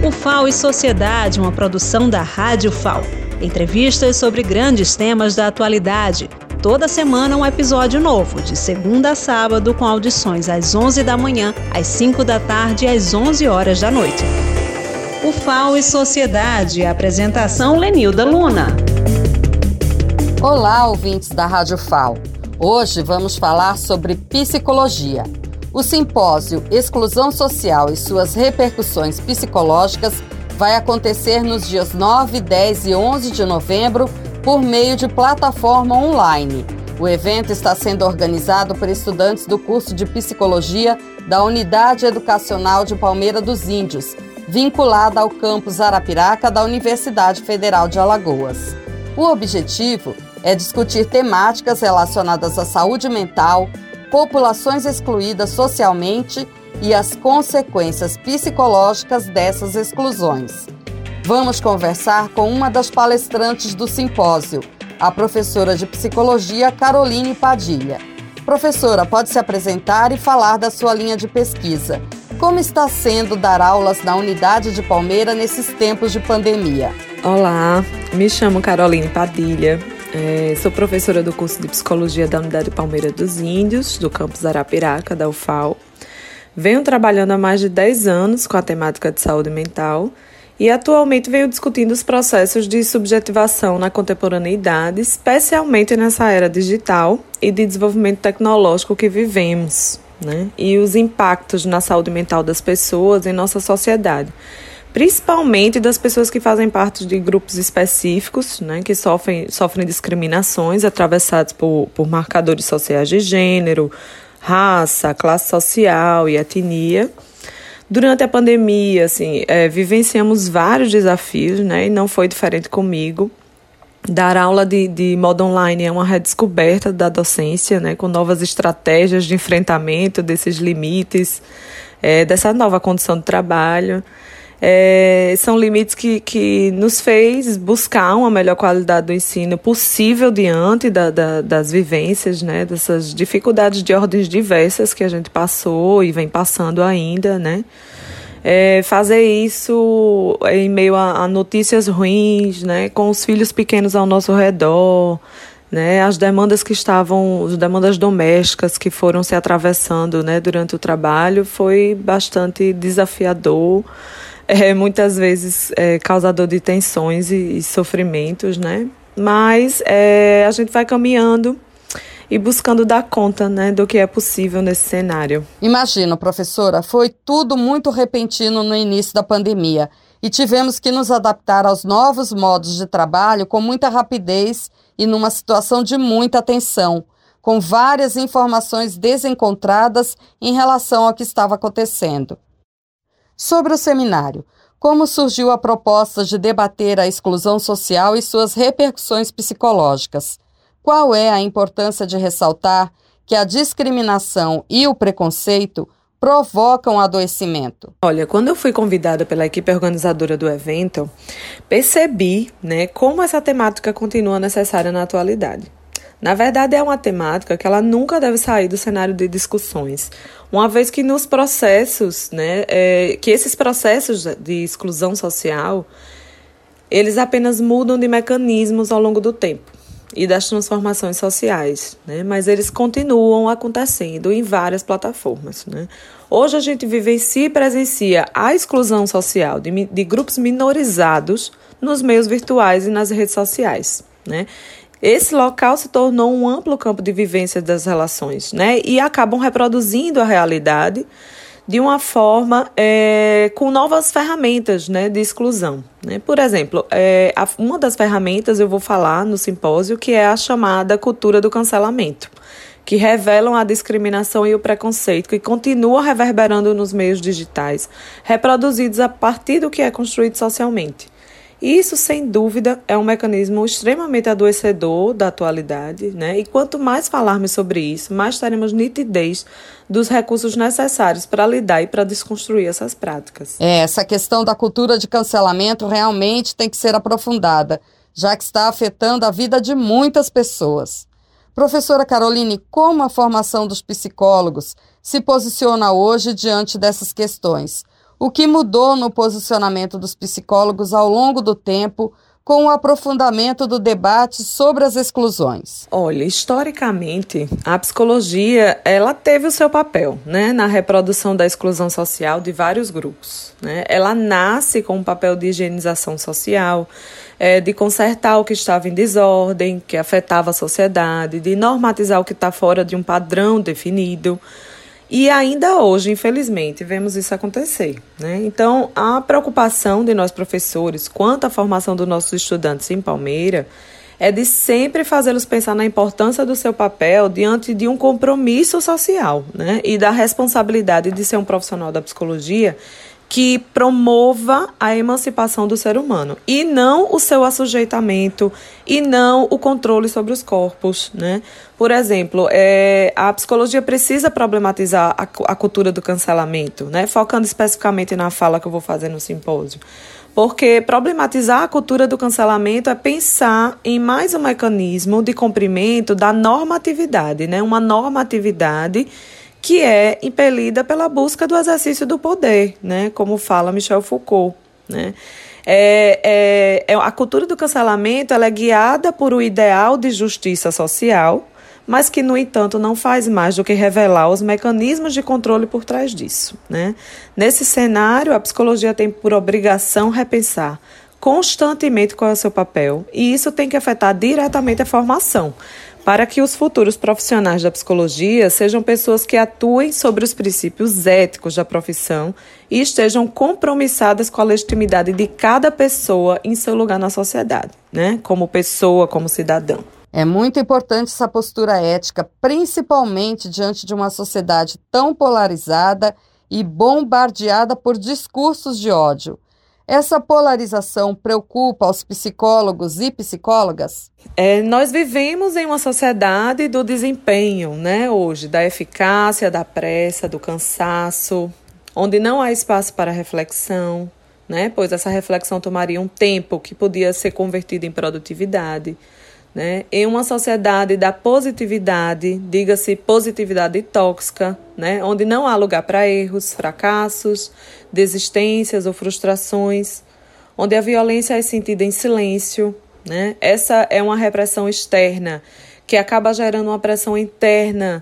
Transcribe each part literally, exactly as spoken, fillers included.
O F A O e Sociedade, uma produção da Rádio F A O. Entrevistas sobre grandes temas da atualidade. Toda semana um episódio novo, de segunda a sábado, com audições às onze da manhã, às cinco da tarde e às onze horas da noite. O F A O e Sociedade, apresentação Lenilda Luna. Olá, ouvintes da Rádio F A O. Hoje vamos falar sobre psicologia. O simpósio Exclusão Social e suas repercussões psicológicas vai acontecer nos dias nove, dez e onze de novembro por meio de plataforma online. O evento está sendo organizado por estudantes do curso de Psicologia da Unidade Educacional de Palmeira dos Índios, vinculada ao campus Arapiraca da Universidade Federal de Alagoas. O objetivo é discutir temáticas relacionadas à saúde mental, populações excluídas socialmente e as consequências psicológicas dessas exclusões. Vamos conversar com uma das palestrantes do simpósio, a professora de psicologia Caroline Padilha. Professora, pode se apresentar e falar da sua linha de pesquisa. Como está sendo dar aulas na unidade de Palmeira nesses tempos de pandemia? Olá, me chamo Caroline Padilha. É, sou professora do curso de Psicologia da Unidade Palmeira dos Índios, do campus Arapiraca, da U F A O. Venho trabalhando há mais de dez anos com a temática de saúde mental e atualmente venho discutindo os processos de subjetivação na contemporaneidade, especialmente nessa era digital e de desenvolvimento tecnológico que vivemos, né? E os impactos na saúde mental das pessoas em nossa sociedade. Principalmente das pessoas que fazem parte de grupos específicos, né, que sofrem, sofrem discriminações atravessadas por, por marcadores sociais de gênero, raça, classe social e etnia. Durante a pandemia, assim, é, vivenciamos vários desafios, né, e não foi diferente comigo. Dar aula de, de modo online é uma redescoberta da docência, né, com novas estratégias de enfrentamento desses limites, é, dessa nova condição de trabalho. É, são limites que, que nos fez buscar uma melhor qualidade do ensino possível diante da, da, das vivências, né, dessas dificuldades de ordens diversas que a gente passou e vem passando ainda, né? É, fazer isso em meio a, a notícias ruins, né, com os filhos pequenos ao nosso redor, né, as demandas que estavam, as demandas domésticas que foram se atravessando, né, durante o trabalho, foi bastante desafiador. É, muitas vezes é, causador de tensões e, e sofrimentos, né? Mas é, a gente vai caminhando e buscando dar conta, né, do que é possível nesse cenário. Imagino, professora, foi tudo muito repentino no início da pandemia e tivemos que nos adaptar aos novos modos de trabalho com muita rapidez e numa situação de muita tensão, com várias informações desencontradas em relação ao que estava acontecendo. Sobre o seminário, como surgiu a proposta de debater a exclusão social e suas repercussões psicológicas? Qual é a importância de ressaltar que a discriminação e o preconceito provocam adoecimento? Olha, quando eu fui convidada pela equipe organizadora do evento, percebi, né, como essa temática continua necessária na atualidade. Na verdade, é uma temática que ela nunca deve sair do cenário de discussões, uma vez que nos processos, né, é, que esses processos de exclusão social, eles apenas mudam de mecanismos ao longo do tempo e das transformações sociais, né, mas eles continuam acontecendo em várias plataformas, né. Hoje a gente vivencia e presencia a exclusão social de, de grupos minorizados nos meios virtuais e nas redes sociais, né. Esse local se tornou um amplo campo de vivência das relações, né? E acabam reproduzindo a realidade de uma forma é, com novas ferramentas, né, de exclusão, né? Por exemplo, é, a, uma das ferramentas eu vou falar no simpósio, que é a chamada cultura do cancelamento, que revelam a discriminação e o preconceito que continua reverberando nos meios digitais, reproduzidos a partir do que é construído socialmente. Isso, sem dúvida, é um mecanismo extremamente adoecedor da atualidade, né? E quanto mais falarmos sobre isso, mais teremos nitidez dos recursos necessários para lidar e para desconstruir essas práticas. É, essa questão da cultura de cancelamento realmente tem que ser aprofundada, já que está afetando a vida de muitas pessoas. Professora Caroline, como a formação dos psicólogos se posiciona hoje diante dessas questões? O que mudou no posicionamento dos psicólogos ao longo do tempo com o aprofundamento do debate sobre as exclusões? Olha, historicamente, a psicologia ela teve o seu papel, né, na reprodução da exclusão social de vários grupos, né? Ela nasce com um papel de higienização social, é, de consertar o que estava em desordem, que afetava a sociedade, de normatizar o que está fora de um padrão definido. E ainda hoje, infelizmente, vemos isso acontecer, né? Então, a preocupação de nós professores quanto à formação dos nossos estudantes em Palmeira é de sempre fazê-los pensar na importância do seu papel diante de um compromisso social, né? E da responsabilidade de ser um profissional da psicologia que promova a emancipação do ser humano e não o seu assujeitamento e não o controle sobre os corpos, né? Por exemplo, é, a psicologia precisa problematizar a, a cultura do cancelamento, né? Focando especificamente na fala que eu vou fazer no simpósio. Porque problematizar a cultura do cancelamento é pensar em mais um mecanismo de cumprimento da normatividade, né? Uma normatividade que é impelida pela busca do exercício do poder, né? Como fala Michel Foucault, né? É, é, é, a cultura do cancelamento ela é guiada por um ideal de justiça social, mas que, no entanto, não faz mais do que revelar os mecanismos de controle por trás disso, né? Nesse cenário, a psicologia tem por obrigação repensar constantemente qual é o seu papel, e isso tem que afetar diretamente a formação, para que os futuros profissionais da psicologia sejam pessoas que atuem sobre os princípios éticos da profissão e estejam compromissadas com a legitimidade de cada pessoa em seu lugar na sociedade, né? Como pessoa, como cidadão. É muito importante essa postura ética, principalmente diante de uma sociedade tão polarizada e bombardeada por discursos de ódio. Essa polarização preocupa os psicólogos e psicólogas? É, nós vivemos em uma sociedade do desempenho, né, hoje, da eficácia, da pressa, do cansaço, onde não há espaço para reflexão, né, pois essa reflexão tomaria um tempo que podia ser convertido em produtividade. Né? Em uma sociedade da positividade, diga-se positividade tóxica, né? Onde não há lugar para erros, fracassos, desistências ou frustrações, onde a violência é sentida em silêncio, né? Essa é uma repressão externa que acaba gerando uma pressão interna,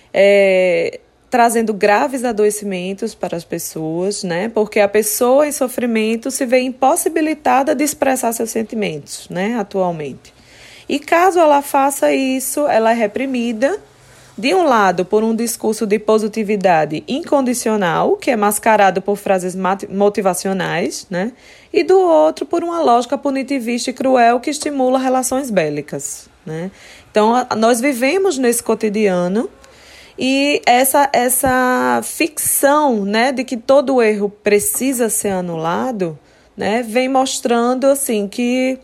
é, trazendo graves adoecimentos para as pessoas, né? Porque a pessoa em sofrimento se vê impossibilitada de expressar seus sentimentos, né? Atualmente. E caso ela faça isso, ela é reprimida, de um lado, por um discurso de positividade incondicional, que é mascarado por frases motivacionais, né? E do outro, por uma lógica punitivista e cruel que estimula relações bélicas, né? Então, nós vivemos nesse cotidiano e essa, essa ficção, né, de que todo erro precisa ser anulado, né, vem mostrando assim, que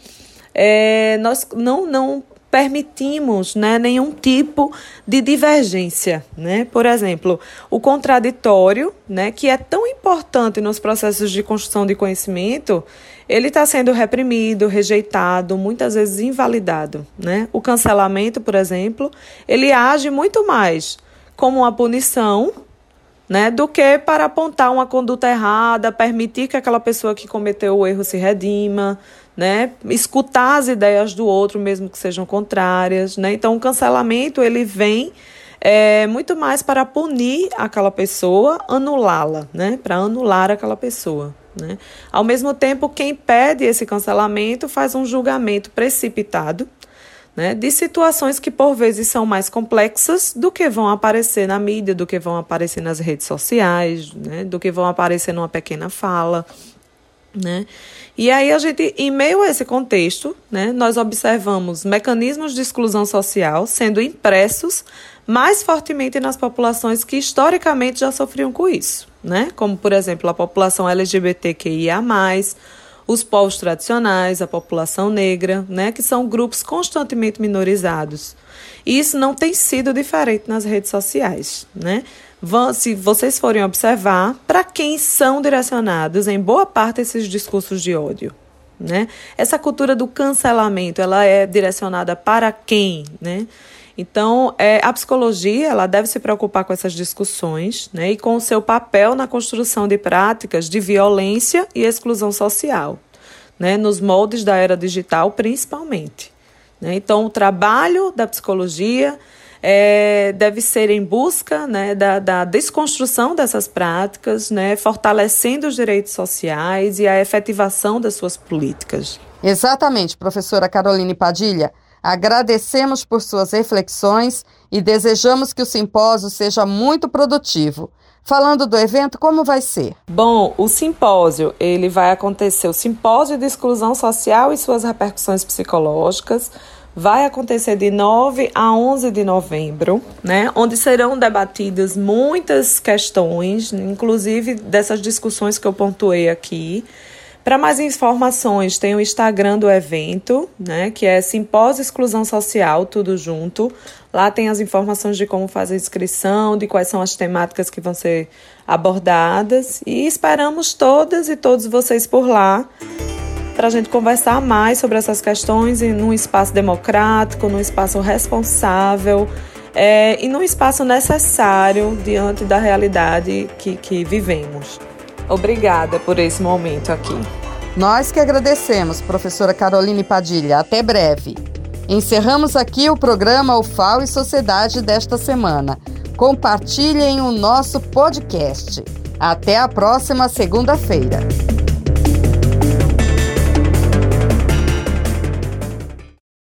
É, nós não, não permitimos, né, nenhum tipo de divergência, né? Por exemplo, o contraditório, né, que é tão importante nos processos de construção de conhecimento, ele está sendo reprimido, rejeitado, muitas vezes invalidado, né? O cancelamento, por exemplo, ele age muito mais como uma punição, né, do que para apontar uma conduta errada, permitir que aquela pessoa que cometeu o erro se redima, né, escutar as ideias do outro, mesmo que sejam contrárias, né? Então, o cancelamento ele vem é, muito mais para punir aquela pessoa, anulá-la, né, para anular aquela pessoa, né? Ao mesmo tempo, quem pede esse cancelamento faz um julgamento precipitado, né, de situações que por vezes são mais complexas do que vão aparecer na mídia, do que vão aparecer nas redes sociais, né, do que vão aparecer numa pequena fala, né? E aí a gente, em meio a esse contexto, né, nós observamos mecanismos de exclusão social sendo impressos mais fortemente nas populações que historicamente já sofriam com isso, né? Como, por exemplo, a população L G B T Q I A mais, os povos tradicionais, a população negra, né, que são grupos constantemente minorizados. E isso não tem sido diferente nas redes sociais, né? Se vocês forem observar, para quem são direcionados, em boa parte, esses discursos de ódio, né? Essa cultura do cancelamento, ela é direcionada para quem, né? Então, é, a psicologia ela deve se preocupar com essas discussões, né, e com o seu papel na construção de práticas de violência e exclusão social, né, nos moldes da era digital principalmente. Né? Então, o trabalho da psicologia é, deve ser em busca, né, da, da desconstrução dessas práticas, né, fortalecendo os direitos sociais e a efetivação das suas políticas. Exatamente, professora Caroline Padilha. Agradecemos por suas reflexões e desejamos que o simpósio seja muito produtivo. Falando do evento, como vai ser? Bom, o simpósio, ele vai acontecer, o Simpósio de Exclusão Social e suas repercussões psicológicas, vai acontecer de nove a onze de novembro, né, onde serão debatidas muitas questões, inclusive dessas discussões que eu pontuei aqui. Para mais informações, tem o Instagram do evento, né, que é Simpósio Exclusão Social, tudo junto. Lá tem as informações de como fazer inscrição, de quais são as temáticas que vão ser abordadas. E esperamos todas e todos vocês por lá, para a gente conversar mais sobre essas questões em num espaço democrático, num espaço responsável é, e num espaço necessário diante da realidade que, que vivemos. Obrigada por esse momento aqui. Nós que agradecemos, professora Caroline Padilha. Até breve. Encerramos aqui o programa U F A O e Sociedade desta semana. Compartilhem o nosso podcast. Até a próxima segunda-feira.